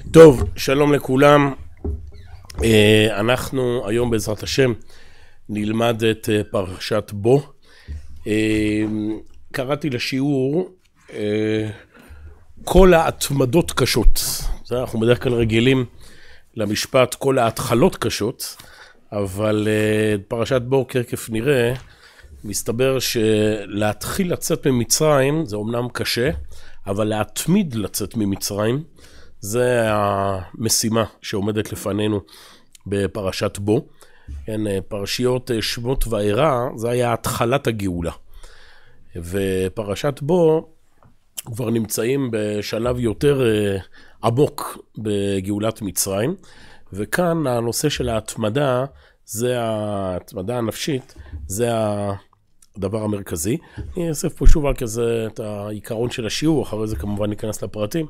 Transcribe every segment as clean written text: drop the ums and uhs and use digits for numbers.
טוב, שלום לכולם. אנחנו היום בעזרת השם נלמד את פרשת בו. קראתי לשיעור כל ההתמדות קשות. אנחנו בדרך כלל רגילים למשפט כל ההתחלות קשות, אבל פרשת בו כרקף נראה, מסתבר שלהתחיל לצאת ממצרים זה אומנם קשה, אבל להתמיד לצאת ממצרים זה המשימה שעומדת לפנינו בפרשת בו. כן, פרשיות שמות וערה, זה היה התחלת הגאולה. ופרשת בו כבר נמצאים בשלב יותר עמוק בגאולת מצרים, וכאן הנושא של ההתמדה, זה ההתמדה הנפשית, זה הדבר המרכזי. אני אאסף פה שוב רק איזה את העיקרון של השיעור, אחרי זה כמובן ניכנס לפרטים.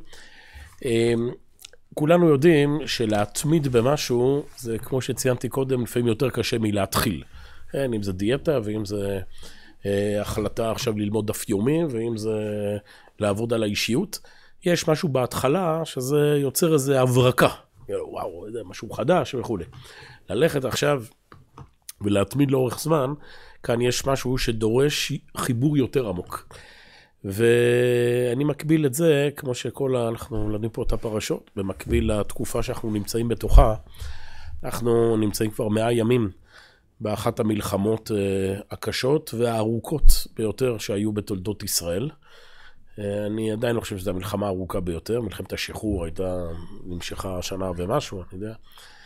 כולנו יודעים שלהתמיד במשהו זה כמו שציינתי קודם לפעמים יותר קשה מלהתחיל, כן, אם זה דיאטה ואם זה החלטה עכשיו ללמוד דף יומי ואם זה לעבוד על האישיות, יש משהו בהתחלה שזה יוצר איזה הברקה, וואו, זה משהו חדש וכו'. ללכת עכשיו ולהתמיד לאורך זמן, כאן יש משהו שדורש חיבור יותר עמוק. ואני מקביל את זה, כמו אנחנו לומדים פה את הפרשות, במקביל לתקופה שאנחנו נמצאים בתוכה, אנחנו נמצאים כבר 100 ימים באחת המלחמות הקשות והארוכות ביותר שהיו בתולדות ישראל. אני עדיין לא חושב שזו המלחמה הארוכה ביותר, מלחמת השחרור נמשכה שנה ומשהו, אני יודע.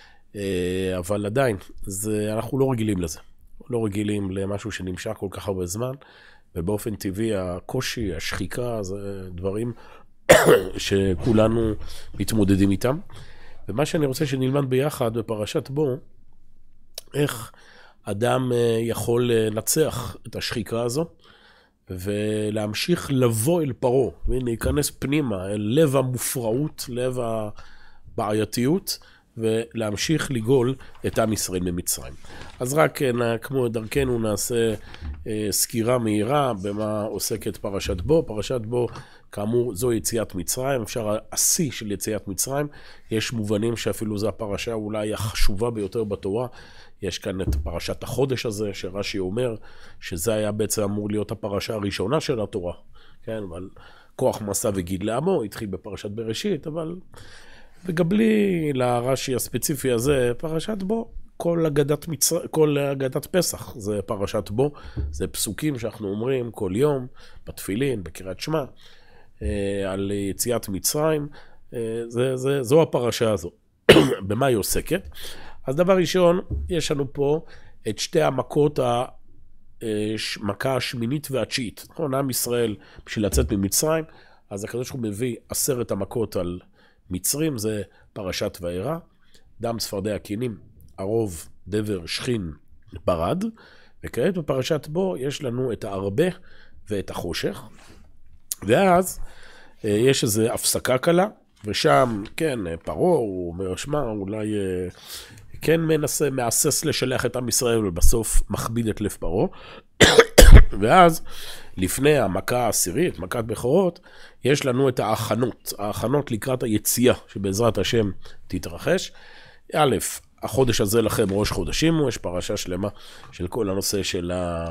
אבל עדיין, אנחנו לא רגילים לזה. לא רגילים למשהו שנמשך כל כך הרבה זמן, ובאופן טבעי הקושי, השחיקה, זה דברים שכולנו מתמודדים איתם. ומה שאני רוצה שנלמד ביחד בפרשת בו, איך אדם יכול לנצח את השחיקה הזו, ולהמשיך לבוא אל פרעה, ולהיכנס פנימה, אל לב המופרעות, לב הבעייתיות, ולהמשיך לגאול את עם ישראל ממצרים. אז רק כמו דרכנו נעשה סקירה מהירה במה עוסקת פרשת בו. פרשת בו, כאמור, זו יציאת מצרים, אפשר השיא של יציאת מצרים. יש מובנים שאפילו זו הפרשה אולי החשובה ביותר בתורה. יש כאן את פרשת החודש הזה, שרש"י אומר שזה היה בעצם אמור להיות הפרשה הראשונה של התורה. כן, אבל כוח מסע וגיד לעמו, התחיל בפרשת בראשית, אבל וגם בלי לרש"י הספציפי הזה, פרשת בו, כל אגדת פסח זה פרשת בו, זה פסוקים שאנחנו אומרים כל יום, בתפילין, בקריאת שמע, על יציאת מצרים, זו הפרשה הזו. במה היא עוסקת? אז דבר ראשון, יש לנו פה את שתי המכות, המכה השמינית והתשיעית. נכון, עם ישראל בשביל לצאת ממצרים, אז הקדוש ברוך הוא מביא 10 המכות על מצרים, זה פרשת וערה, דם צפרדע קינים, ערוב, דבר, שכין, ברד, וכעת בפרשת בו יש לנו את הערבה ואת החושך, ואז יש איזו הפסקה קלה, ושם, כן, פרעה, הוא אומר, שמע, אולי כן מאסס לשלח את עם ישראל, ובסוף מכביד את לב פרעה, ואז לפני המכה העשירית, מכת בכורות, יש לנו את ההכנות לקראת היציאה, שבעזרת השם תתרחש. א', החודש הזה לכם ראש חודשים, יש פרשה שלמה של כל הנושא של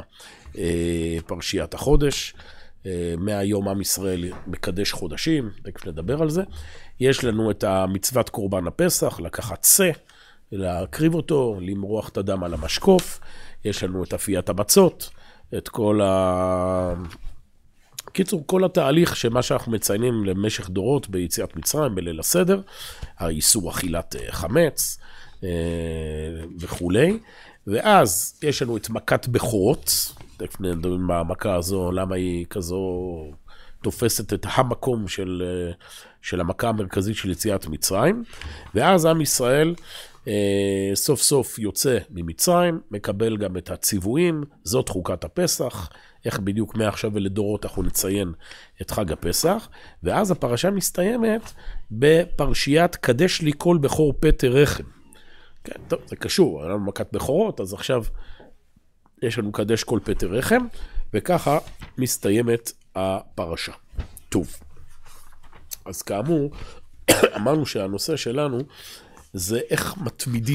פרשיית החודש, מהיום עם ישראל מקדש חודשים, תכף נדבר על זה. יש לנו את המצוות קורבן הפסח, לקחת שא, להקריב אותו, למרוח את הדם על המשקוף. יש לנו את אפיית המצות, את קיצור, כל התהליך שמה שאנחנו מציינים למשך דורות ביציאת מצרים, בליל הסדר, האיסור אכילת חמץ וכו'. ואז יש לנו את מכת בכורות, תכף נדברים במכה הזו, למה היא כזו תופסת את המקום של המכה המרכזית של יציאת מצרים. ואז עם ישראל סוף סוף יוצא ממצרים, מקבל גם את הציוויים, זאת חוקת הפסח, איך בדיוק מעכשיו ולדורות אנחנו נציין את חג הפסח, ואז הפרשה מסתיימת בפרשיית קדש לי כל בכור פטר רחם. כן, טוב, זה קשור, היה לנו מכת בכורות, אז עכשיו יש לנו קדש כל פטר רחם, וככה מסתיימת הפרשה. טוב, אז כאמור, אמרנו שהנושא שלנו זה איך מתמידים.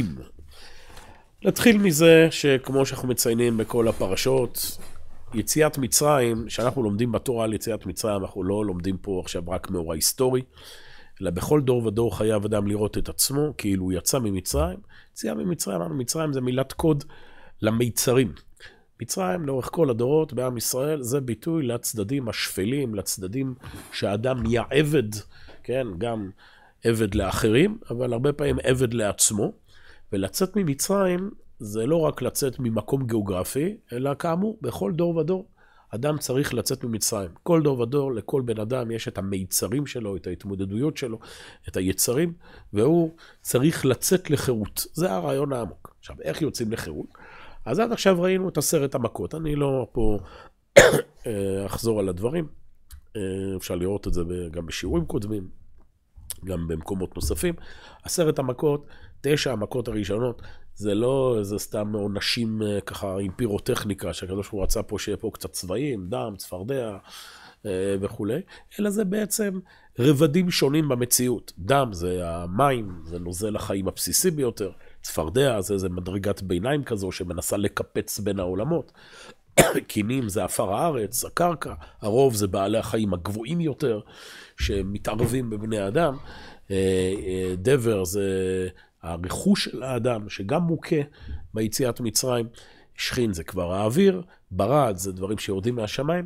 נתחיל מזה שכמו שאנחנו מציינים בכל הפרשות, יציאת מצרים, שאנחנו לומדים בתורה על יציאת מצרים, אנחנו לא לומדים פה עכשיו רק מאורע היסטורי, אלא בכל דור ודור חייב אדם לראות את עצמו, כאילו הוא יצא ממצרים. יציאה ממצרים, מצרים זה מילת קוד למיצרים. מצרים לאורך כל הדורות בעם ישראל זה ביטוי לצדדים השפלים, לצדדים שהאדם נהיה עבד, כן, גם עבד לאחרים, אבל הרבה פעמים עבד לעצמו. ולצאת ממצרים זה לא רק לצאת ממקום גיאוגרפי, אלא כאמור, בכל דור ודור, אדם צריך לצאת ממצרים. כל דור ודור, לכל בן אדם יש את המיצרים שלו, את ההתמודדויות שלו, את היצרים, והוא צריך לצאת לחירות. זה הרעיון העמוק. עכשיו, איך יוצאים לחירות? אז עד עכשיו ראינו את 10 המכות. אני לא פה אחזור על הדברים. אפשר לראות את זה גם בשיעורים קודמים, גם במקומות נוספים. 10 המכות, 9 המכות הראשונות, זה לא איזה סתם עונשים ככה עם פירוטכניקה, שהקדוש הוא רצה פה שיהיה פה קצת צבעים, דם, צפרדע וכו', אלא זה בעצם רבדים שונים במציאות. דם זה המים, זה נוזל החיים הבסיסי ביותר, צפרדע זה איזה מדרגת ביניים כזו שמנסה לקפץ בין העולמות, קינים זה אפר הארץ, הקרקע, הרוב זה בעלי החיים הגבוהים יותר שמתערבים בבני אדם, דבר זה הרכוש של האדם שגם מוכה ביציאת מצרים, שכין זה כבר האוויר, ברד זה דברים שיורדים מהשמיים,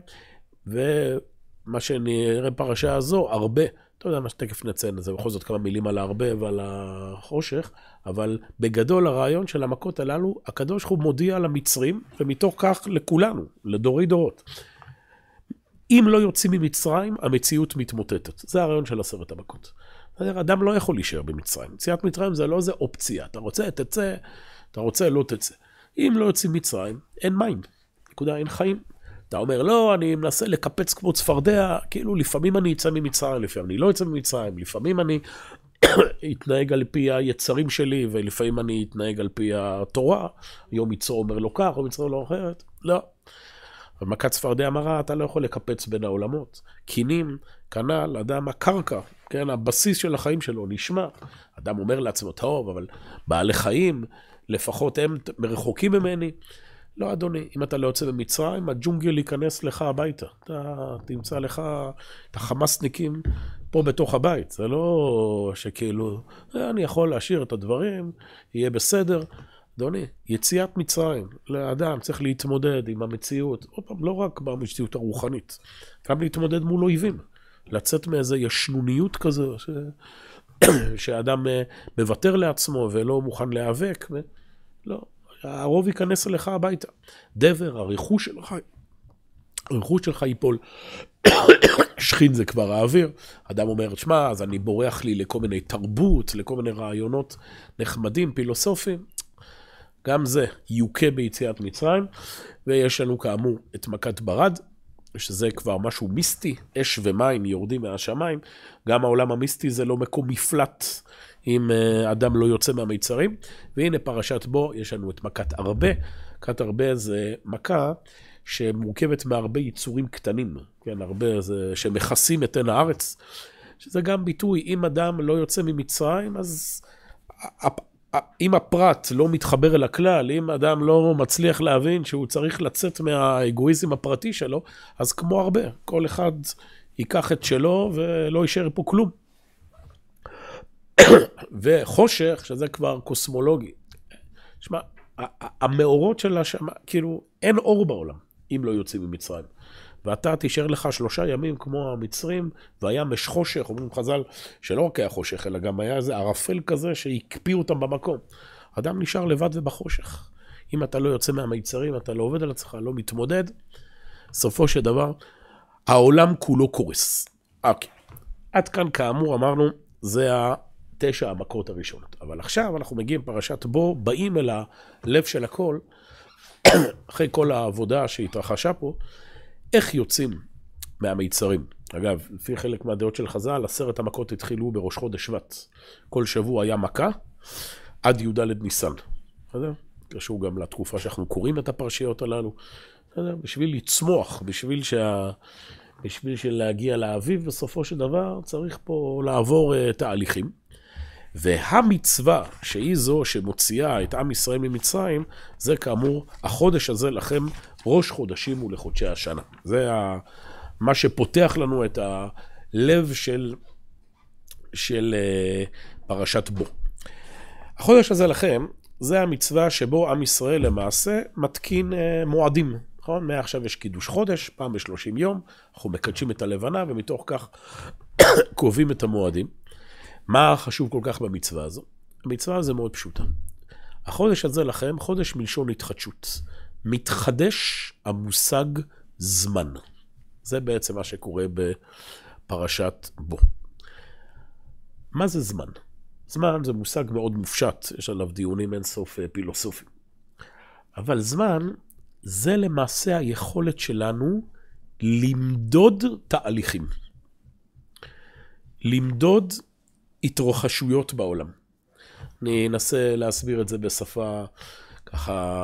ומה שנראה פרשה הזו, הרבה, אתה יודע מה שתכף נציין, זה בכל זאת כמה מילים על הרבה ועל החושך, אבל בגדול הרעיון של המכות הללו, הקדוש הוא מודיע למצרים, ומתוך כך לכולנו, לדורי דורות. אם לא יוצאים ממצרים, המציאות מתמוטטת. זה הרעיון של 10 המכות. אדם לא יכול להישאר במצרים. יציאת מצרים זה לא איזה אופציה. אתה רוצה, תצא, אתה רוצה, לא תצא. אם לא יוצאים ממצרים, אין מים. נקודה, אין חיים. אתה אומר, לא, אני מנסה לקפץ כמו צפרדע, כאילו לפעמים אני אצא ממצרים, לפעמים אני לא אצא ממצרים, לפעמים אני אתנהג על פי היצרים שלי, ולפעמים אני אתנהג על פי התורה. יום יצור אומר לו כך, או יצור לא אחרת. לא. במכת צפרדע מרה, אתה לא יכול לקפץ בין העולמות. קינים, כנ"ל, אדם הקרקע, כן, הבסיס של החיים שלו נשמע. אדם אומר לעצמו, טוב, אבל בעלי חיים, לפחות הם רחוקים ממני. לא, אדוני, אם אתה לא יוצא במצרים, הג'ונגל ייכנס לך הביתה. אתה תמצא לך את החמאסניקים פה בתוך הבית. זה לא שכאילו, אני יכול להשאיר את הדברים, יהיה בסדר. אדוני, יציאת מצרים לאדם צריך להתמודד עם המציאות, עוד פעם, לא רק במציאות הרוחנית, גם להתמודד מול אויבים, לצאת מאיזו ישנוניות כזו, שהאדם מוותר לעצמו ולא מוכן להיאבק, לא, הרוב ייכנס אליך הביתה. דבר, הרכוש שלך ייפול. שכין זה כבר האוויר. אדם אומר, שמה, אז אני בורח לי לכל מיני תרבות, לכל מיני רעיונות נחמדים, פילוסופיים. גם זה יוקה ביציאת מצרים, ויש לנו כאמור את מכת ברד, שזה כבר משהו מיסטי, אש ומים יורדים מהשמיים, גם העולם המיסטי זה לא מקום מפלט, אם אדם לא יוצא מהמיצרים, והנה פרשת בו יש לנו את מכת הרבה, מכת הרבה זה מכה שמורכבת מהרבה יצורים קטנים, כן, הרבה זה שמכסים את עין הארץ, שזה גם ביטוי, אם אדם לא יוצא ממצרים, אז אם הפרט לא מתחבר אל הכלל, אם אדם לא מצליח להבין שהוא צריך לצאת מהאגואיזם הפרטי שלו, אז כמו הרבה, כל אחד ייקח את שלו ולא יישאר פה כלום. וחושך, שזה כבר קוסמולוגי. שמע, המאורות של השמה, כאילו, אין אור בעולם, אם לא יוצאים ממצרים. ואתה תישאר לך 3 ימים כמו המצרים, והיה חושך, אומרים חז"ל, שלא רק היה חושך, אלא גם היה איזה ערפל כזה שהקפיאו אותם במקום. אדם נשאר לבד ובחושך. אם אתה לא יוצא מהמיצרים, אתה לא עובד על עצמך, לא מתמודד, סופו של דבר, העולם כולו קורס. אוקיי. עד כאן כאמור אמרנו, זה 9 המכות הראשונות. אבל עכשיו אנחנו מגיעים פרשת בו, באים אל הלב של הכל, אחרי כל העבודה שהתרחשה פה, איך יוצאים מהמיצרים? אגב, לפי חלק מהדעות של חז"ל, 10 המכות התחילו בראש חודש שבט. כל שבוע היה מכה, עד י"ד ניסן. קשור גם לתקופה שאנחנו קוראים את הפרשיות הללו. בשביל לצמוח, בשביל בשביל להגיע לאביב, בסופו של דבר צריך פה לעבור תהליכים. והמצווה שהיא זו שמוציאה את עם ישראל ממצרים, זה כאמור, החודש הזה לכם ראש חודשים ולחודשי השנה. זה מה שפותח לנו את הלב של פרשת בו. החודש הזה לכם, זה המצווה שבו עם ישראל למעשה מתקין מועדים. נכון? מעכשיו יש קידוש חודש, פעם ב-30 יום, אנחנו מקדשים את הלבנה, ומתוך כך קובעים את המועדים. מה חשוב כל כך במצווה הזו? המצווה הזו מאוד פשוטה. החודש הזה לכם, חודש מלשון התחדשות. מתחדש המושג זמן. זה בעצם מה שקורה בפרשת בו. מה זה זמן? זמן זה מושג מאוד מופשט, יש עליו דיונים אינסוף פילוסופיים. אבל זמן זה למעשה היכולת שלנו למדוד תהליכים. למדוד התרחשויות בעולם. אני אנסה להסביר את זה בשפה ככה,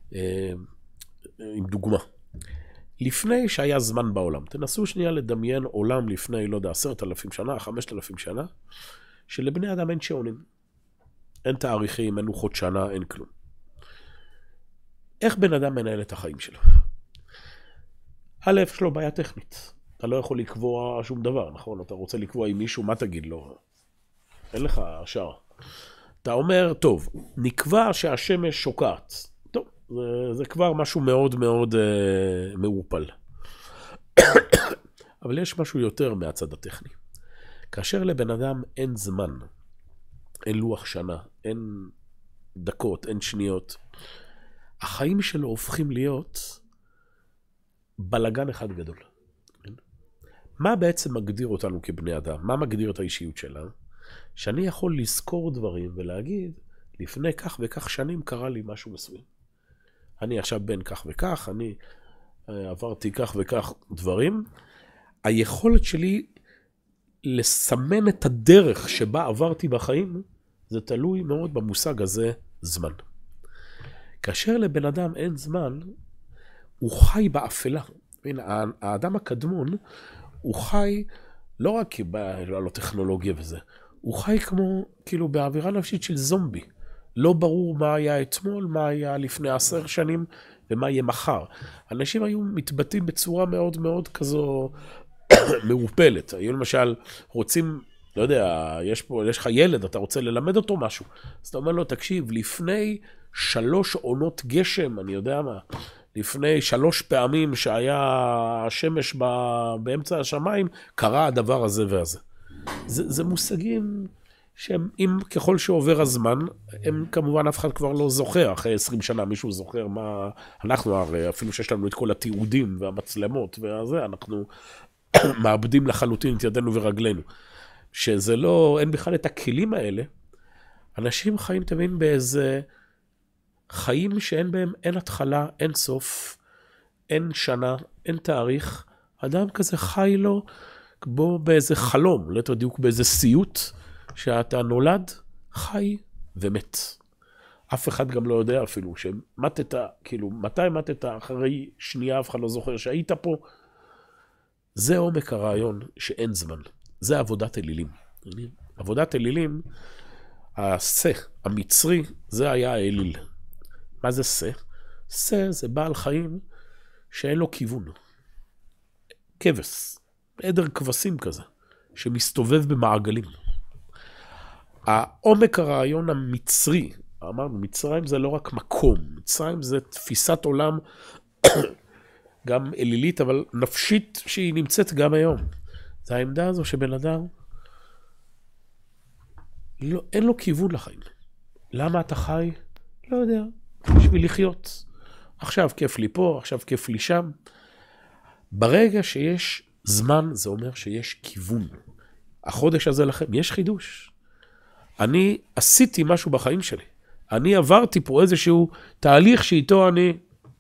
עם דוגמה. לפני שהיה זמן בעולם, תנסו שנייה לדמיין עולם לפני, לא יודע, 10,000 שנה, 5,000 שנה, שלבני אדם אין שעונים. אין תאריכים, אין לוחות שנה, אין כלום. איך בן אדם מנהל את החיים שלו? א', יש לו בעיה טכנית. אתה לא יכול לקבוע שום דבר, נכון? אתה רוצה לקבוע עם מישהו, מה תגיד לו? אין לך שער. אתה אומר, טוב, נקבע שהשמש שוקעת. טוב, זה כבר משהו מאוד מאוד מעורפל. אבל יש משהו יותר מהצד הטכני. כאשר לבן אדם אין זמן, אין לוח שנה, אין דקות, אין שניות, החיים שלו הופכים להיות בלגן אחד גדול. מה בעצם מגדיר אותנו כבני אדם? מה מגדיר את האישיות שלנו? שאני יכול לזכור דברים ולהגיד, לפני כך וכך שנים קרה לי משהו מסוים. אני עכשיו בן כך וכך, אני עברתי כך וכך דברים. היכולת שלי לסמן את הדרך שבה עברתי בחיים, זה תלוי מאוד במושג הזה, זמן. כאשר לבן אדם אין זמן, הוא חי באפלה. האדם הקדמון, הוא חי לא רק כי בא לו טכנולוגיה וזה, הוא חי כמו, כאילו, באווירה נפשית של זומבי. לא ברור מה היה אתמול, מה היה לפני 10 שנים, ומה יהיה מחר. אנשים היו מתבטאים בצורה מאוד מאוד כזו מעופלת. היו למשל, רוצים, לא יודע, יש לך ילד, אתה רוצה ללמד אותו משהו. אז אתה אומר לו, תקשיב, לפני 3 עונות גשם, אני יודע מה, לפני 3 פעמים שהיה השמש באמצע השמיים, קרה הדבר הזה והזה. זה מושגים שהם, אם ככל שעובר הזמן, הם כמובן אף אחד כבר לא זוכר, אחרי 20 שנה מישהו זוכר מה, אנחנו הרי, אפילו שיש לנו את כל התיעודים והמצלמות והזה, אנחנו מאבדים לחלוטין את ידינו ורגלינו. שזה לא, אין בכלל את הכלים האלה, אנשים חיים תמיד באיזה חיים שאין בהם, אין התחלה, אין סוף, אין שנה, אין תאריך, אדם כזה חי לו, כמו באיזה חלום, ליתר דיוק באיזה סיוט, שאתה נולד, חי ומת. אף אחד גם לא יודע אפילו שמתת, כאילו, מתי מתת אחרי שנייה, אף אחד לא זוכר שהיית פה. זה עומק הרעיון שאין זמן. זה עבודת אלילים. עבודת אלילים, המצרי, זה היה האליל. מה זה זה בעל חיים שאין לו כיוון. כבש. עדר כבשים כזה, שמסתובב במעגלים. העומק הרעיון המצרי, אמרנו, מצרים זה לא רק מקום, מצרים זה תפיסת עולם גם אלילית, אבל נפשית שהיא נמצאת גם היום. זה העמדה הזו שבן אדם, לא, אין לו כיוון לחיים. למה אתה חי? לא יודע, בשביל לחיות. עכשיו כיף לי פה, עכשיו כיף לי שם. ברגע שיש זמן, זה אומר שיש כיוון. החודש הזה לכם, יש חידוש. אני עשיתי משהו בחיים שלי. אני עברתי פה איזשהו תהליך שאיתו אני...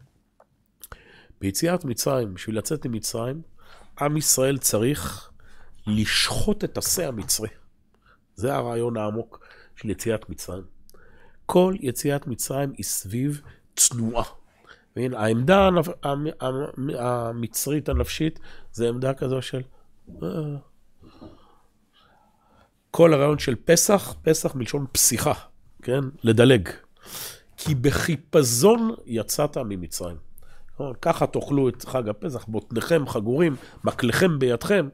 ביציאת מצרים, בשביל לצאת ממצרים, עם ישראל צריך לשחוט את עשה המצרי. זה הרעיון העמוק של יציאת מצרים. כל יציאת מצרים היא סביב תנועה. והנה, העמדה המצרית הנפשית זה עמדה כזו של... כל הרעיון של פסח, פסח מלשון פסיכה, כן? לדלג. כי בחיפזון יצאת ממצרים. ככה תאכלו את חג הפסח, בוטניכם חגורים, מקלכם בידכם.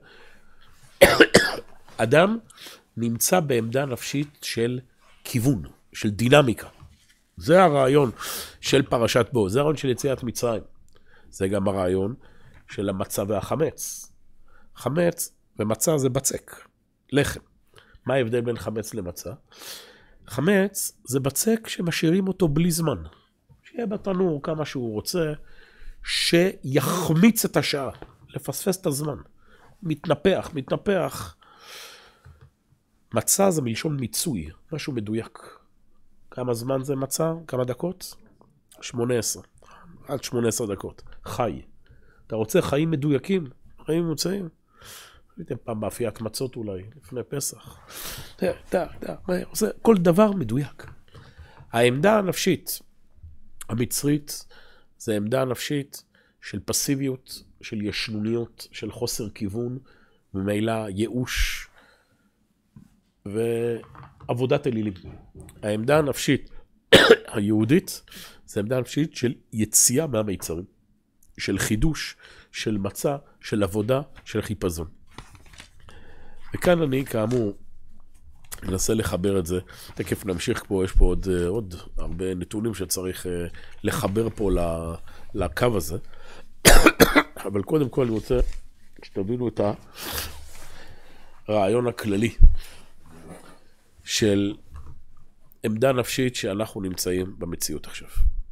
אדם נמצא בעמדה נפשית של כיוון, של דינמיקה. זה הרעיון של פרשת בו, זה הרעיון של יציאת מצרים. זה גם הרעיון של המצה והחמץ. חמץ ומצה זה בצק, לחם. מה ההבדל בין חמץ למצה? חמץ זה בצק שמשאירים אותו בלי זמן. שיהיה בתנור כמה שהוא רוצה, שיחמיץ את השעה, לפספס את הזמן. מתנפח. מצה זה מלשון מיצוי, משהו מדויק. כמה זמן זה מצה? כמה דקות? 18. עד 18 דקות. חי. אתה רוצה חיים מדויקים? חיים ממוצעים? ראיתם פעם באפיית מצות אולי, לפני פסח. כל דבר מדויק. העמדה הנפשית המצרית זה עמדה נפשית של פסיביות, של ישנוניות, של חוסר כיוון, וממילא ייאוש ועבודת אלילים. העמדה הנפשית היהודית זה עמדה נפשית של יציאה מהמיצרים, של חידוש, של מצה, של עבודה, של חיפזון. וכאן אני כאמור מנסה לחבר את זה, תכף נמשיך פה, יש פה עוד הרבה נתונים שצריך לחבר פה לקו הזה, אבל קודם כל אני רוצה שתבינו את הרעיון הכללי של עמדה נפשית שאנחנו נמצאים במציאות עכשיו.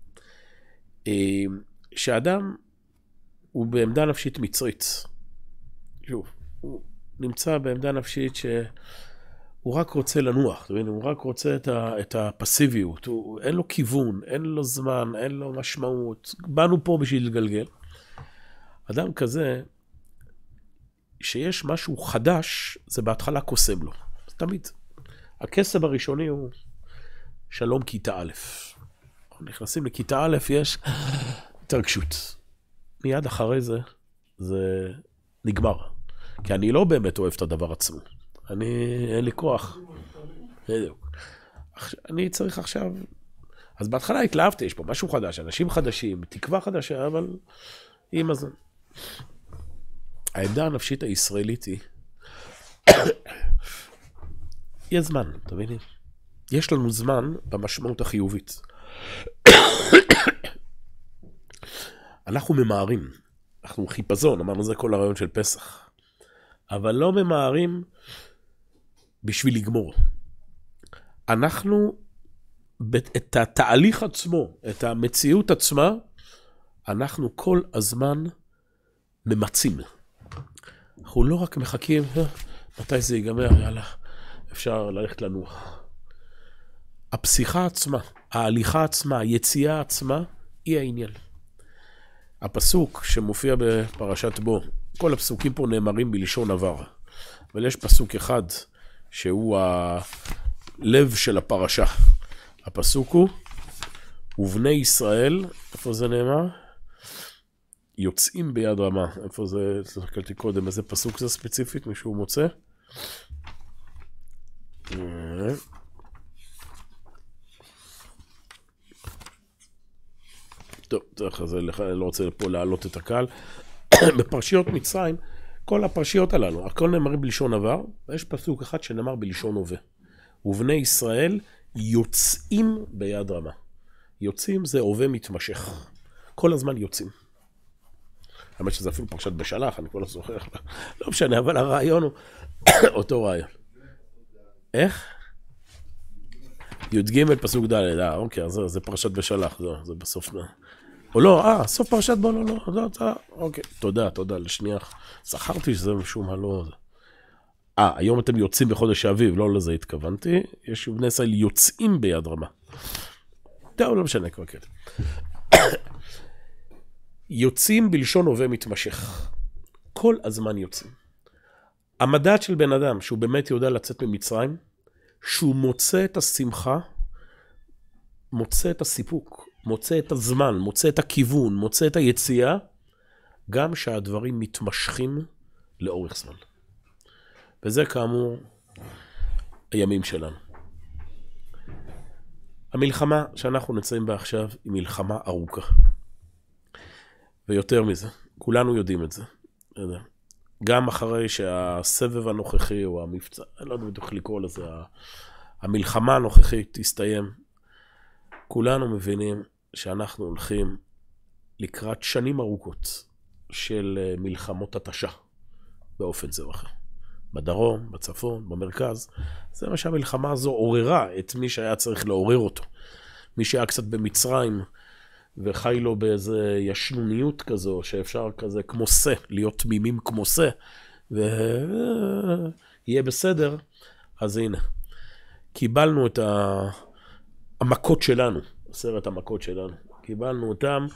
שאדם הוא בעמדה נפשית מצרית, שוב, הוא נמצא בעמדה נפשית שהוא רק רוצה לנוח, הוא רק רוצה את הפסיביות, אין לו כיוון, אין לו זמן, אין לו משמעות, באנו פה בשביל לגלגל. אדם כזה, שיש משהו חדש, זה בהתחלה קוסם לו, זה תמיד. הקסם הראשוני הוא שלום כיתה א'. נכנסים לכיתה א', יש התרגשות. מיד אחרי זה, זה נגמר. כי אני לא באמת אוהב את הדבר עצמו. אין לי כוח. אני צריך עכשיו... אז בהתחלה התלהבתי, יש פה משהו חדש, אנשים חדשים, תקווה חדשה, אבל עם הזמן. העמדה הנפשית הישראלית היא... יש זמן, אתה מבין? יש לנו זמן במשמעות החיובית. אנחנו ממהרים, אנחנו חיפזון, אמרנו זה כל הרעיון של פסח. אבל לא ממהרים בשביל לגמור. אנחנו, את התהליך עצמו, את המציאות עצמה, אנחנו כל הזמן ממצים. אנחנו לא רק מחכים, מתי זה ייגמר, יאללה, אפשר ללכת לנוח. הפסיכה עצמה, ההליכה עצמה, היציאה עצמה, היא העניין. הפסוק שמופיע בפרשת בו, כל הפסוקים פה נאמרים בלשון עבר, אבל יש פסוק אחד שהוא הלב של הפרשה. הפסוק הוא, ובני ישראל, איפה זה נאמר? יוצאים ביד רמה. איפה זה, תסתכלתי קודם, איזה פסוק זה ספציפית, מישהו מוצא? טוב, אני לא רוצה פה להעלות את הקהל. בפרשיות מצרים, כל הפרשיות הללו, הכל נאמרים בלשון עבר, ויש פסוק אחד שנאמר בלשון הווה. ובני ישראל יוצאים ביד רמה. יוצאים זה הווה מתמשך. כל הזמן יוצאים. האמת שזה אפילו פרשת בשלח, אני כל הזוכר. לא משנה, אבל הרעיון הוא אותו רעיון. איך? י"ג פסוק ד', אוקיי, אז זה פרשת בשלח, זה בסוף. או לא, סוף פרשת בו, לא, אוקיי, תודה, לשנייה. זכרתי שזה משום מה לא... היום אתם יוצאים בחודש האביב, לא לזה התכוונתי, יש בני ישראל יוצאים ביד רמה. לא משנה כבר כזה. יוצאים בלשון הווה מתמשך. כל הזמן יוצאים. המדד של בן אדם, שהוא באמת יודע לצאת ממצרים, שהוא מוצא את השמחה, מוצא את הסיפוק, מוצא את הזמן, מוצא את הכיוון, מוצא את היציאה, גם שהדברים מתמשכים לאורך זמן. וזה כאמור הימים שלנו. המלחמה שאנחנו נמצאים בה עכשיו היא מלחמה ארוכה. ויותר מזה, כולנו יודעים את זה. גם אחרי שהסבב הנוכחי או המבצע, אני לא יודע בדיוק לקרוא לזה, המלחמה הנוכחית תסתיים, כולנו מבינים שאנחנו הולכים לקראת שנים ארוכות של מלחמות התשה באופן זה או אחר. בדרום, בצפון, במרכז. זה מה שהמלחמה הזו עוררה את מי שהיה צריך לעורר אותו. מי שהיה קצת במצרים וחי לו באיזה ישנוניות כזו, שאפשר כזה כמו סה, להיות תמימים כמו סה, ויהיה בסדר. אז הנה, קיבלנו את המכות שלנו, 10 המכות שלנו. קיבלנו אותם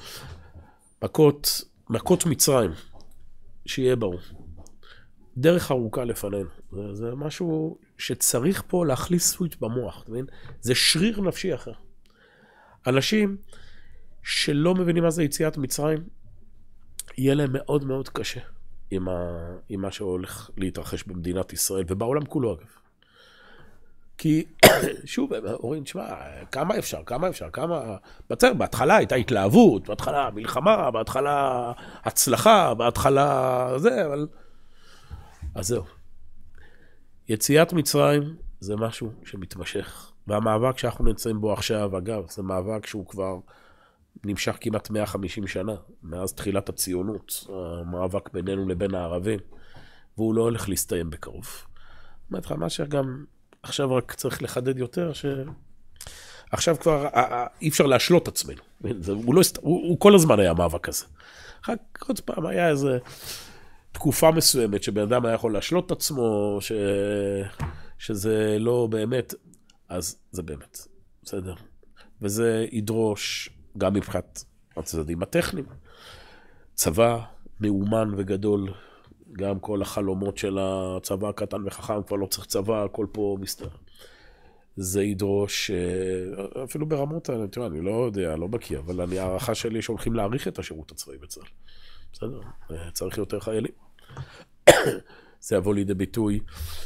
מכות מצרים, שיהיה ברור. דרך ארוכה לפנינו. זה משהו שצריך פה להחליף סוויץ' במוח, אתה מבין? זה שריר נפשי אחר. אנשים שלא מבינים מה זה יציאת מצרים, יהיה להם מאוד מאוד קשה עם מה שהולך להתרחש במדינת ישראל, ובעולם כולו אגב. כי שוב, אומרים, תשמע, כמה אפשר? בהתחלה הייתה התלהבות, בהתחלה מלחמה, בהתחלה הצלחה, בהתחלה זה, אבל... אז זהו. יציאת מצרים זה משהו שמתמשך. והמאבק שאנחנו נמצאים בו עכשיו, אגב, זה מאבק שהוא כבר נמשך כמעט 150 שנה, מאז תחילת הציונות, המאבק בינינו לבין הערבים, והוא לא הולך להסתיים בקרוב. אומרת לך, מה שגם עכשיו רק צריך לחדד יותר, שעכשיו כבר אי אפשר להשלות עצמנו. הוא כל הזמן היה מאבק כזה. רק עוד פעם היה איזה... תקופה מסוימת שבן אדם היה יכול להשלות את עצמו, שזה לא באמת, אז זה באמת, בסדר. וזה ידרוש גם מבחינת הצדדים הטכניים. צבא מאומן וגדול, גם כל החלומות של הצבא הקטן וחכם, כבר לא צריך צבא, הכל פה מסתר. זה ידרוש, אפילו ברמות, תראה, אני לא יודע, לא בקיא, אבל הערכה שלי שהולכים להאריך את השירות הצבאי בצה"ל. בסדר, צריך יותר חיילים. זה יבוא לידי ביטוי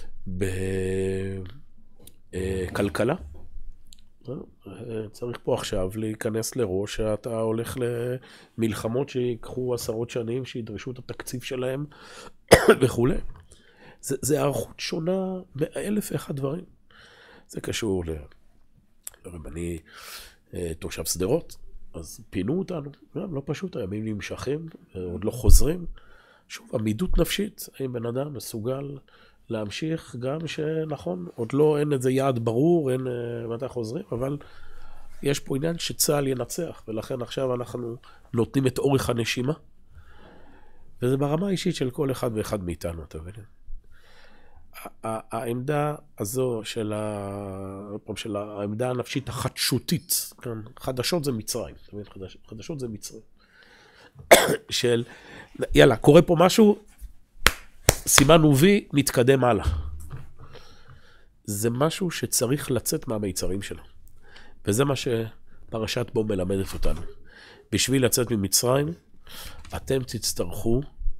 בכלכלה. צריך פה עכשיו להיכנס לראש שאתה הולך למלחמות שיקחו 10 שנים, שידרשו את התקציב שלהם וכו'. זה הערכות שונה מאלף ואחד דברים. זה קשור אני תושב סדרות, אז פינו אותנו, לא פשוט, הימים נמשכים, עוד לא חוזרים. שוב, עמידות נפשית, האם בן אדם מסוגל להמשיך גם שנכון, עוד לא, אין איזה יעד ברור, אין מתי חוזרים, אבל יש פה עניין שצה"ל ינצח, ולכן עכשיו אנחנו נותנים את אורך הנשימה, וזה ברמה האישית של כל אחד ואחד מאיתנו, אתה מבין? העמדה הזו של העמדה הנפשית החדשותית, חדשות זה מצרים, חדשות זה מצרים, של יאללה, קורה פה משהו, סימן וי, נתקדם הלאה. זה משהו שצריך לצאת מהמיצרים שלו. וזה מה שפרשת בו מלמדת אותנו. בשביל לצאת ממצרים, אתם תצטרכו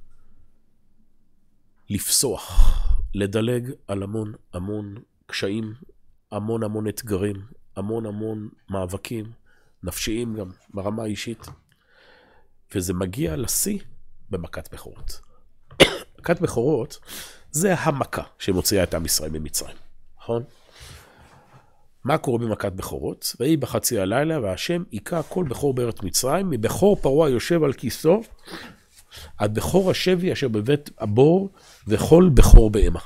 לפסוח, לדלג על המון קשיים, המון אתגרים, המון מאבקים, נפשיים גם, ברמה האישית. וזה מגיע לשיא במכת בכורות. מכת בכורות זה המכה שמוציאה את עם ישראל ממצרים, נכון? מה קורה במכת בכורות? ויהי בחצי הלילה, והשם היכה כל בכור בארץ מצרים, מבכור פרעה יושב על כיסאו, עד בכור השבי אשר בבית הבור, וכל בכור בהמה.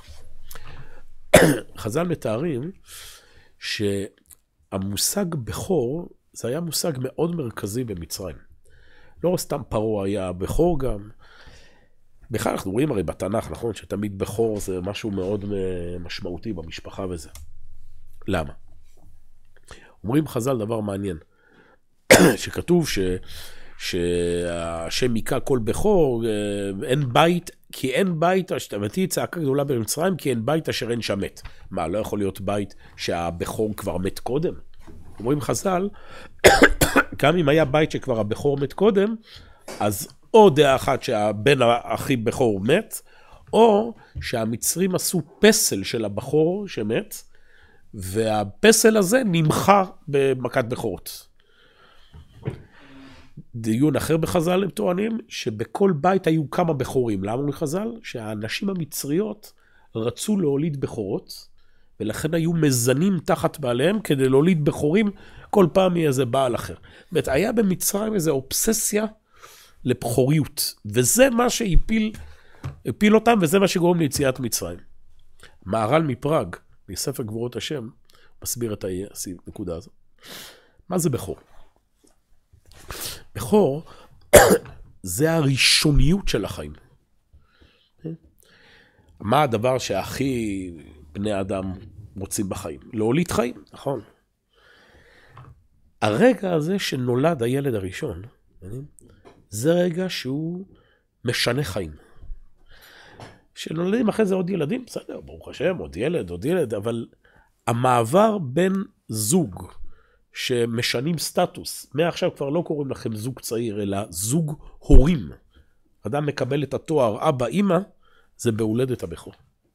חז"ל מתארים שהמושג בכור, זה היה מושג מאוד מרכזי במצרים. לא סתם פרעה היה בכור גם. בכלל אנחנו רואים הרי בתנ"ך, נכון, שתמיד בכור זה משהו מאוד משמעותי במשפחה וזה. למה? אומרים חז"ל דבר מעניין, שכתוב שהשם היכה כל בכור, אין בית, כי אין בית, ותהי צעקה גדולה במצרים, כי אין בית אשר אין שם מת. מה, לא יכול להיות בית שהבכור כבר מת קודם? אומרים חז"ל, גם אם היה בית שכבר הבכור מת קודם, אז או דעה אחת שהבן הכי בכור מת, או שהמצרים עשו פסל של הבכור שמת, והפסל הזה נמחה במכת בכורות. דיון אחר בחז"ל הם טוענים שבכל בית היו כמה בכורים. למה לחז"ל? שהאנשים המצריות רצו להוליד בכורות, ולכן היו מזנים תחת בעליהם כדי להוליד בכורים כל פעם מאיזה בעל אחר. זאת היה במצרים איזו אובססיה לבכוריות, וזה מה שהפיל אותם, וזה מה שגורם ליציאת מצרים. מהר"ל מפראג, מספר גבורות השם, מסביר את הנקודה הזאת. מה זה בכור? בכור זה הראשוניות של החיים. מה הדבר שהכי בני אדם רוצים בחיים? להוליד חיים, נכון? הרגע הזה שנולד הילד הראשון, זה רגע שהוא משנה חיים. שנולדים אחרי זה עוד ילדים, בסדר, ברוך השם, עוד ילד, אבל המעבר בין זוג שמשנים סטטוס, מעכשיו כבר לא קוראים לכם זוג צעיר, אלא זוג הורים. אדם מקבל את התואר אבא, אמא, זה בהולדת הבכור.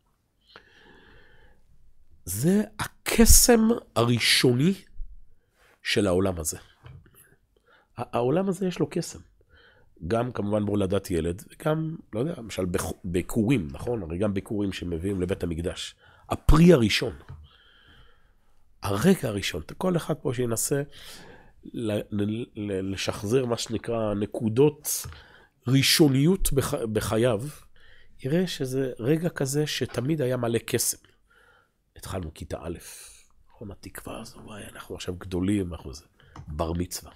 זה הקסם הראשוני של העולם הזה. העולם הזה יש לו קסם. גם כמובן בהולדת ילד, וגם, לא יודע, למשל ביקורים, נכון? הרי גם ביקורים שמביאים לבית המקדש. הפרי הראשון. הרגע הראשון. כל אחד פה שינסה לשחזר מה שנקרא נקודות ראשוניות בחייו, יראה שזה רגע כזה שתמיד היה מלא קסם. התחלנו כיתה א', נכון, התקווה הזו, אנחנו עכשיו גדולים, בר מצווה.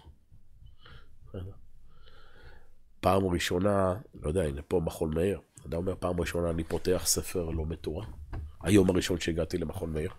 פעם ראשונה, לא יודע, הנה פה מכון מאיר, אתה אומר, פעם ראשונה אני פותח ספר לומד תורה. היום הראשון שהגעתי למכון מאיר.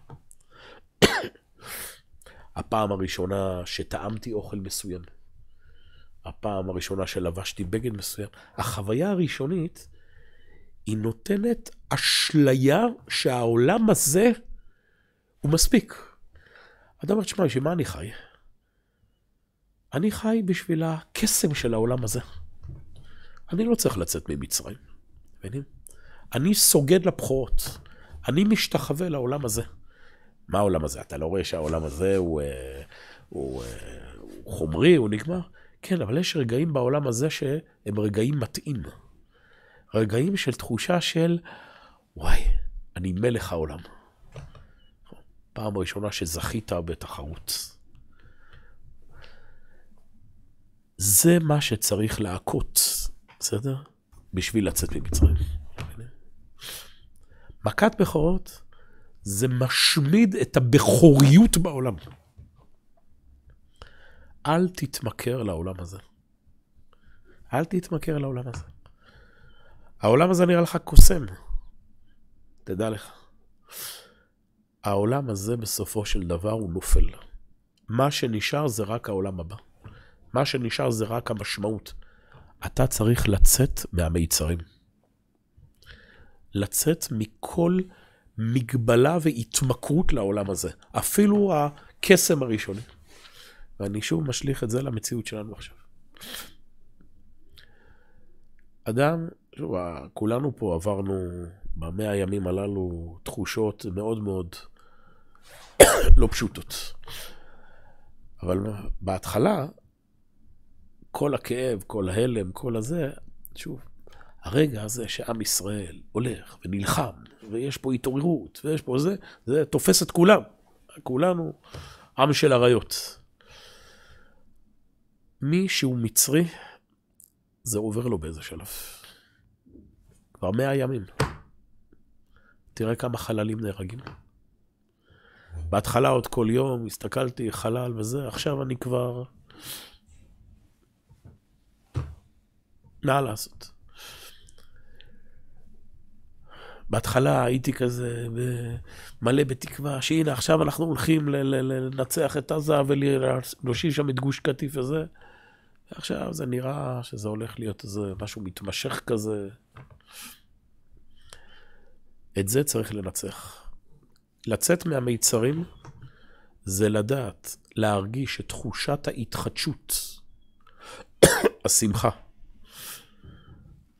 הפעם הראשונה שטעמתי אוכל מסוים. הפעם הראשונה שלבשתי בגד מסוים. החוויה הראשונית היא נותנת אשליה שהעולם הזה הוא מספיק. אתה אומר, תשמע, שמה אני חי? אני חי בשביל הקסם של העולם הזה. אני לא צריך לצאת ממצרים. אני סוגד לבכורות. אני משתחווה לעולם הזה. מה העולם הזה? אתה לא רואה שהעולם הזה הוא חומרי, הוא נגמר? כן, אבל יש רגעים בעולם הזה שהם רגעים מתאים. רגעים של תחושה של, וואי, אני מלך העולם. פעם ראשונה שזכית בתחרות. זה מה שצריך להכות, בסדר? בשביל לצאת ממצרים. מכת בכורות זה משמיד את הבכוריות בעולם. אל תתמכר לעולם הזה. אל תתמכר לעולם הזה. העולם הזה נראה לך קוסם. תדע לך. העולם הזה בסופו של דבר הוא נופל. מה שנשאר זה רק העולם הבא. מה שנשאר זה רק המשמעות. אתה צריך לצאת מהמיצרים. לצאת מכל מגבלה והתמכרות לעולם הזה. אפילו הקסם הראשוני. ואני שוב משליך את זה למציאות שלנו עכשיו. אדם, שוב, כולנו פה עברנו ב100 הימים הללו תחושות מאוד מאוד לא פשוטות. אבל בהתחלה, כל הכאב, כל ההלם, כל הזה, שוב, הרגע הזה שעם ישראל הולך ונלחם, ויש פה התעוררות, ויש פה זה תופס את כולם. כולנו עם של עריות. מי שהוא מצרי, זה עובר לו באיזה שלב. כבר 100 ימים. תראה כמה חללים נהרגים. בהתחלה עוד כל יום, הסתכלתי חלל וזה, עכשיו אני כבר מה לעשות. בהתחלה הייתי כזה מלא בתקווה, שהנה עכשיו אנחנו הולכים לנצח את עזה ולהושיב שם את גוש קטיף וזה. ועכשיו זה נראה שזה הולך להיות איזה משהו מתמשך כזה. את זה צריך לנצח. לצאת מהמיצרים זה לדעת, להרגיש את תחושת ההתחדשות, השמחה,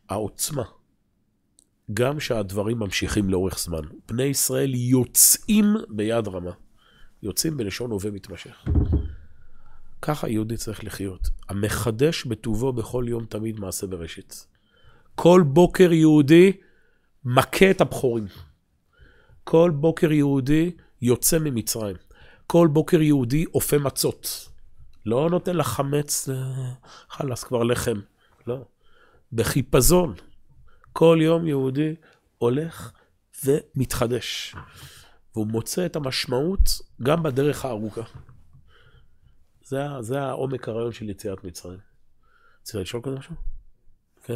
העוצמה, גם שהדברים ממשיכים לאורך זמן. בני ישראל יוצאים ביד רמה. יוצאים בלשון הווה מתמשך. ככה יהודי צריך לחיות. המחדש בטובו בכל יום תמיד מעשה בראשית. כל בוקר יהודי מכה את הבחורים. כל בוקר יהודי יוצא ממצרים. כל בוקר יהודי אופה מצות. לא נותן לחמץ, חלס כבר לחם. לא. בחיפזון. כל יום יהודי הולך ומתחדש. והוא מוצא את המשמעות גם בדרך הארוכה. זה העומק הרעיון של יציאת מצרים. צריך לשאול כזה משהו? כן.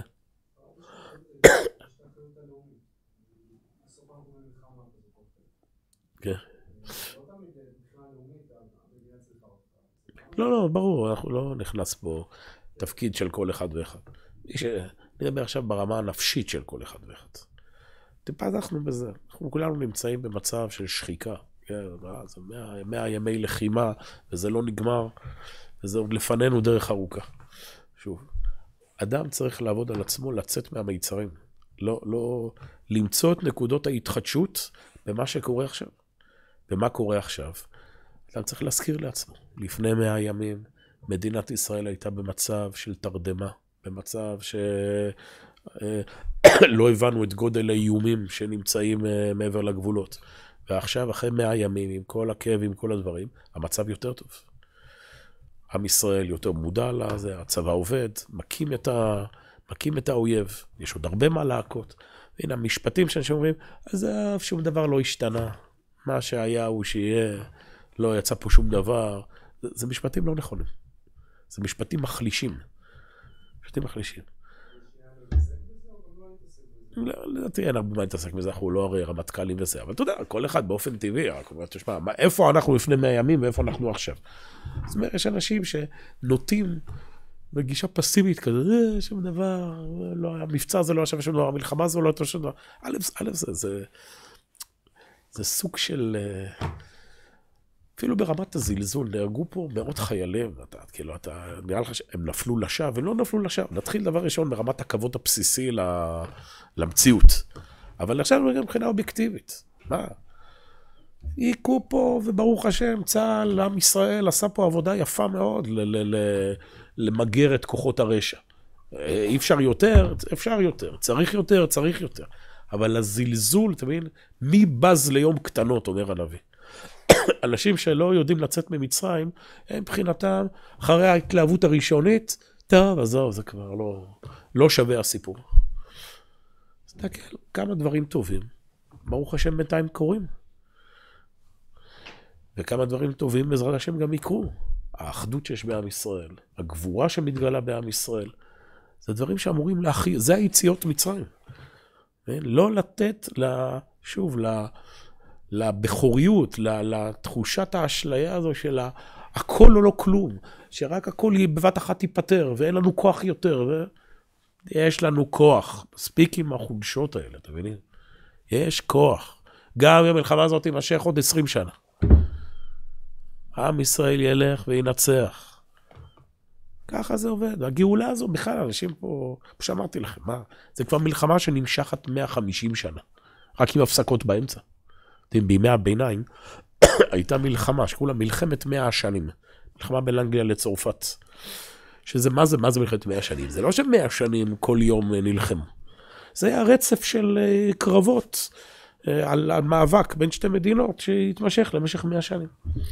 כן. לא, ברור, אנחנו לא נכנס פה תפקיד של כל אחד ואחד. נדבר עכשיו ברמה הנפשית של כל אחד ואחד. טיפה אנחנו בזה. אנחנו כולנו נמצאים במצב של שחיקה. זה 100 ימי לחימה, וזה לא נגמר, וזה עוד לפנינו דרך ארוכה. שוב, אדם צריך לעבוד על עצמו, לצאת מהמיצרים. לא למצוא את נקודות ההתחדשות במה שקורה עכשיו. ומה קורה עכשיו? אדם צריך להזכיר לעצמו. לפני 100 ימים, מדינת ישראל הייתה במצב של תרדמה, במצב שלא הבנו את גודל האיומים שנמצאים מעבר לגבולות. ועכשיו, אחרי 100 ימים, עם כל הכאב, עם כל הדברים, המצב יותר טוב. עם ישראל יותר מודע לזה, הצבא עובד, מקים את האויב. יש עוד הרבה מה להכות. והנה, המשפטים שאומרים, אז שום דבר לא השתנה. מה שהיה הוא שיהיה, לא יצא פה שום דבר. זה משפטים לא נכונים. זה משפטים מחלישים. משפטים מחלישים. לא, תראה, אין הרבה מה להתעסק מזה, אנחנו לא הרי רמטכ"לים וזה, אבל אתה יודע, כל אחד באופן טבעי, תשמע, איפה אנחנו לפני 100 ימים ואיפה אנחנו עכשיו? זאת אומרת, יש אנשים שנוטים בגישה פסימית כזה, שום דבר, המבצע זה לא שווה שום דבר, המלחמה זה לא שווה שום דבר. א', זה סוג של, אפילו ברמת הזלזול, נהרגו פה מאות חיילים, אתה נראה לך שהם נפלו לשווא, ולא נפלו לשווא. נתחיל דבר ראשון ברמת הכבוד הבסיסי למציאות. אבל עכשיו נראה גם מבחינה אובייקטיבית. מה? עיקו פה, וברוך השם, צה"ל, עם ישראל, עשה פה עבודה יפה מאוד למגר את כוחות הרשע. אי אפשר יותר, אפשר יותר. צריך יותר, צריך יותר. אבל הזלזול, אתה מבין? מי בז ליום קטנות, אומר הנביא. אנשים שלא יודעים לצאת ממצרים, הם מבחינתם, אחרי ההתלהבות הראשונית, טוב, עזוב, זה כבר לא שווה הסיפור. אז תקל, כמה דברים טובים, ברוך השם בינתיים קורים. וכמה דברים טובים בעזרת השם גם יקרו. האחדות שיש בעם ישראל, הגבורה שמתגלה בעם ישראל, זה דברים שאמורים להכיר, זה היציאות מצרים. לא לתת, שוב, לבחוריות, לתחושת האשליה הזו של הכל או לא כלום, שרק הכל בבת אחת ייפטר, ואין לנו כוח יותר, ויש לנו כוח, מספיק עם החולשות האלה, אתה מבין? יש כוח. גם המלחמה הזאת תימשך עוד 20 שנה. עם ישראל ילך וינצח. ככה זה עובד. הגאולה הזו, בכלל, אנשים פה, שאמרתי לכם, זה כבר מלחמה שנמשכת 150 שנה, רק עם הפסקות באמצע. בימי הביניים הייתה מלחמה, שכולה מלחמת 100 השנים. מלחמה בין אנגליה לצרפת. שזה, מה זה מלחמת 100 שנים? זה לא ש100 שנים כל יום נלחמו. זה היה רצף של קרבות על מאבק בין שתי מדינות שהתמשך למשך 100 שנים.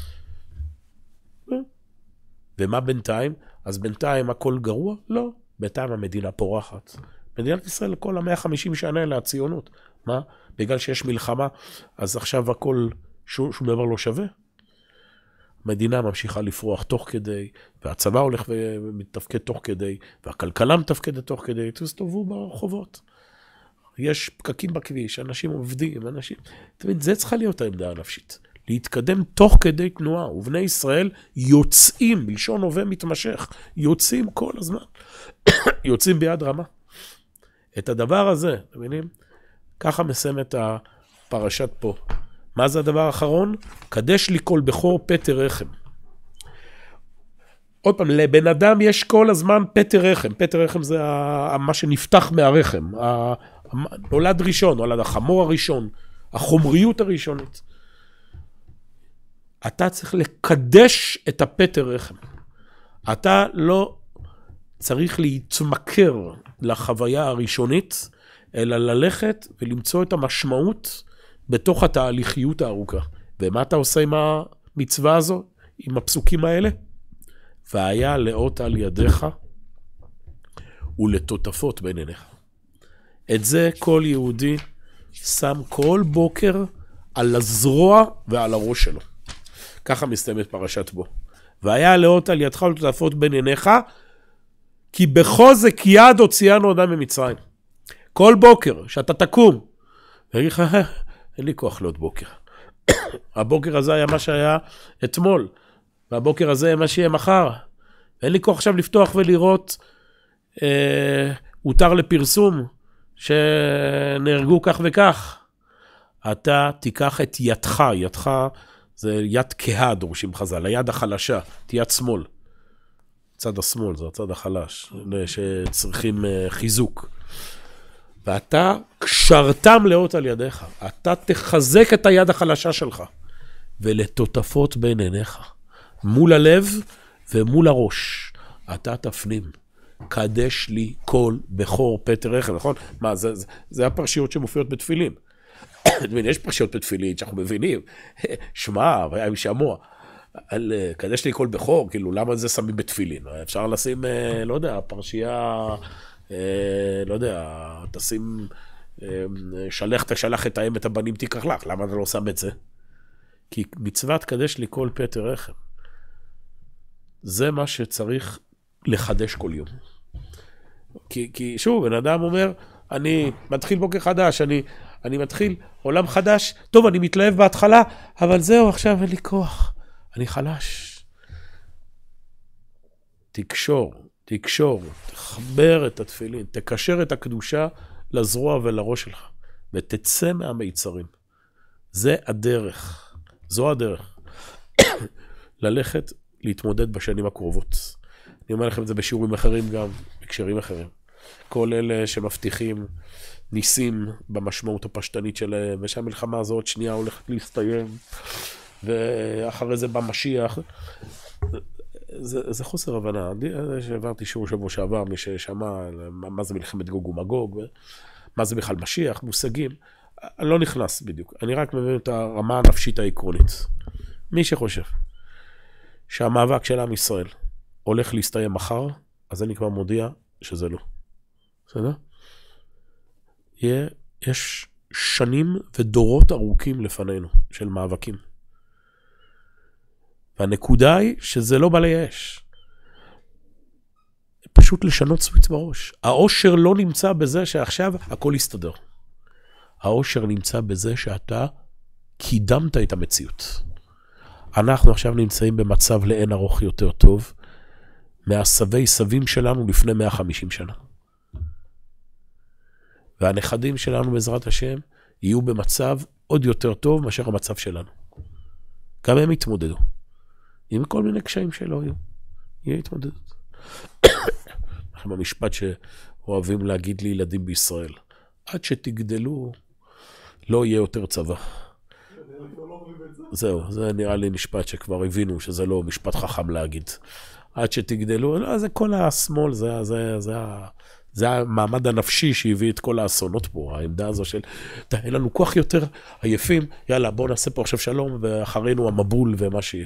ומה בינתיים? אז בינתיים הכל גרוע? לא. בינתיים המדינה פורחת. מדינת ישראל כל 150 שנה להציונות. מה? בגלל שיש מלחמה, אז עכשיו הכל, שום דבר לא שווה. המדינה ממשיכה לפרוח תוך כדי, והצבא הולך ומתפקד תוך כדי, והכלכלה מתפקדת תוך כדי, תסתובבו ברחובות. יש פקקים בכביש, אנשים עובדים, אנשים... תמיד, זה צריכה להיות העמדה הנפשית. להתקדם תוך כדי תנועה, ובני ישראל יוצאים, בלשון הווה מתמשך, יוצאים כל הזמן. יוצאים ביד רמה. את הדבר הזה, אתם מבינים? ככה מסיימת הפרשת פה. מה זה הדבר האחרון? קדש לי כל בכור פטר רחם. עוד פעם, לבן אדם יש כל הזמן פטר רחם. פטר רחם זה מה שנפתח מהרחם. נולד ראשון, נולד החמור הראשון, החומריות הראשונית. אתה צריך לקדש את הפטר רחם. אתה לא צריך להתמכר לחוויה הראשונית, אלא ללכת ולמצוא את המשמעות בתוך התהליכיות הארוכה. ומה אתה עושה עם המצווה הזו, עם הפסוקים האלה? והיה לאות על ידיך ולטוטפות בין עיניך. את זה כל יהודי שם כל בוקר על הזרוע ועל הראש שלו. ככה מסתיימת פרשת בו. והיה לאות על ידך ולטוטפות בין עיניך, כי בחוזק יד הוציאנו אדם ממצרים. כל בוקר שאתה תקום, ויגיד לך, אין לי כוח לעוד בוקר. הבוקר הזה היה מה שהיה אתמול, והבוקר הזה היה מה שיהיה מחר. אין לי כוח עכשיו לפתוח ולראות, הותר לפרסום, שנהרגו כך וכך. אתה תיקח את ידך, ידך זה יד כהה דורשים חז"ל, היד החלשה, תיד שמאל. צד השמאל, זה הצד החלש, שצריכים חיזוק. ואתה קשרתם לאות על ידיך. אתה תחזק את היד החלשה שלך. ולטוטפות בין עיניך. מול הלב ומול הראש. אתה תפנים. קדש לי כל בכור פטר רחם, נכון? מה, זה הפרשיות שמופיעות בתפילין. יש פרשיות בתפילין שאנחנו מבינים. שמע, והיה משמוע. על קדש לי כל בכור, כאילו, למה זה שמים בתפילין? אפשר לשים, לא יודע, פרשייה, לא יודע, תשים, שלח את האם את הבנים תיקח לך, למה אתה לא שם את זה? כי מצוות קדש לי כל פטר רחם. זה מה שצריך לחדש כל יום. כי שוב, בן אדם אומר, אני מתחיל בוקר חדש, אני מתחיל עולם חדש, טוב, אני מתלהב בהתחלה, אבל זהו, עכשיו אין לי כוח. אני חלש. תקשור, תחבר את התפילין, תקשר את הקדושה לזרוע ולראש שלך, ותצא מהמיצרים. זה הדרך, זו הדרך. ללכת, להתמודד בשנים הקרובות. אני אומר לכם את זה בשיעורים אחרים גם, בקשרים אחרים. כל אלה שמבטיחים ניסים במשמעות הפשטנית שלהם, ושהמלחמה הזו עוד שנייה הולכת להסתיים, ואחרי זה במשיח, זה חוסר הבנה. שעברתי שיעור שבוע שעבר, מי ששמע מה זה מלחמת גוג ומגוג, מה זה בכלל משיח, מושגים, אני לא נכנס בדיוק. אני רק מבין את הרמה הנפשית העקרונית. מי שחושב שהמאבק של עם ישראל הולך להסתיים מחר, אז אני כבר מודיע שזה לא. בסדר? יש שנים ודורות ארוכים לפנינו של מאבקים. והנקודה היא שזה לא בא לייאש. פשוט לשנות סוויץ בראש. האושר לא נמצא בזה שעכשיו הכל יסתדר. האושר נמצא בזה שאתה קידמת את המציאות. אנחנו עכשיו נמצאים במצב לאין ארוך יותר טוב, מהסבי סבים שלנו לפני 150 שנה. והנכדים שלנו בעזרת השם יהיו במצב עוד יותר טוב מאשר המצב שלנו. גם הם יתמודדו. עם כל מיני קשיים שלא יהיה התמודדות. אנחנו במשפט שאוהבים להגיד לילדים בישראל, עד שתגדלו לא יהיה יותר צבא. זהו, זה נראה לי משפט שכבר הבינו שזה לא משפט חכם להגיד. עד שתגדלו, לא, זה כל השמאל, זה המעמד הנפשי שהביא את כל האסונות פה, העמדה הזו של, אין לנו כוח יותר עייפים, יאללה, בואו נעשה פה עכשיו שלום, ואחרינו המבול ומה שיהיה.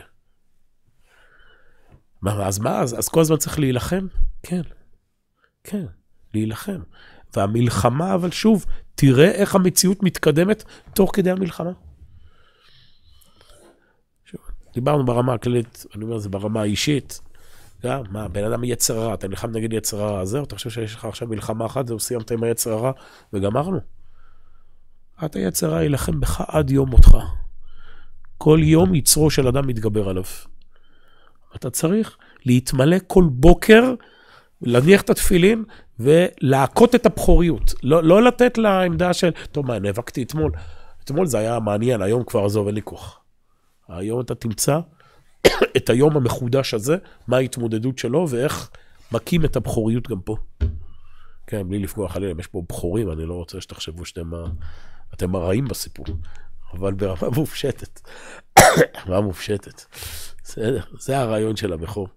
אז מה, אז כל הזמן צריך להילחם? כן, להילחם. והמלחמה, אבל שוב, תראה איך המציאות מתקדמת תוך כדי המלחמה. דיברנו ברמה הכללית, אני אומר, זה ברמה האישית, גם, מה, בן אדם יצר הרע, אתה נלחם נגד יצר הרע, זהו, אתה חושב שיש לך עכשיו מלחמה אחת, זהו, סיימת עם היצר הרע, וגמרנו. אתה יצר הרע ילחם בך עד יום מותך. כל יום יצרו של אדם מתגבר עליו. אתה צריך להתמלא כל בוקר, להניח את התפילין, ולהכות את הבחוריות. לא לתת לעמדה של, טוב, מה, נאבקתי אתמול. אתמול זה היה מעניין, היום כבר עזוב, אין לי כוח. היום אתה תמצא את היום המחודש הזה, מה ההתמודדות שלו, ואיך מקים את הבחוריות גם פה. כן, בלי לפגוע חלילה, יש פה בחורים, אני לא רוצה שתחשבו שאתם הרעים בסיפור, אבל ברמה מופשטת. ברמה מופשטת. בסדר, זה הרעיון של הבחור.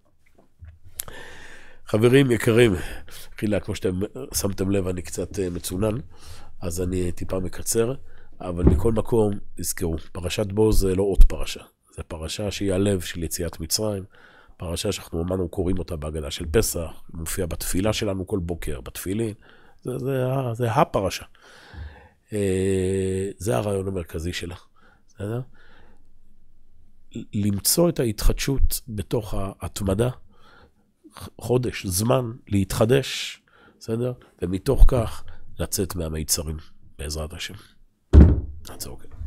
חברים יקרים, חילה, כמו שאתם שמתם לב, אני קצת מצונן, אז אני טיפה מקצר, אבל מכל מקום, תזכרו, פרשת בו זה לא עוד פרשה, זה פרשה שהיא הלב של יציאת מצרים, פרשה שאנחנו אמרנו קוראים אותה בהגדה של פסח, מופיע בתפילה שלנו כל בוקר, בתפילין, זה הפרשה. זה הרעיון המרכזי שלה. בסדר? למצוא את ההתחדשות בתוך ההתמדה, חודש, זמן, להתחדש, בסדר? ומתוך כך לצאת מהמיצרים, בעזרת השם. נעצור כאן.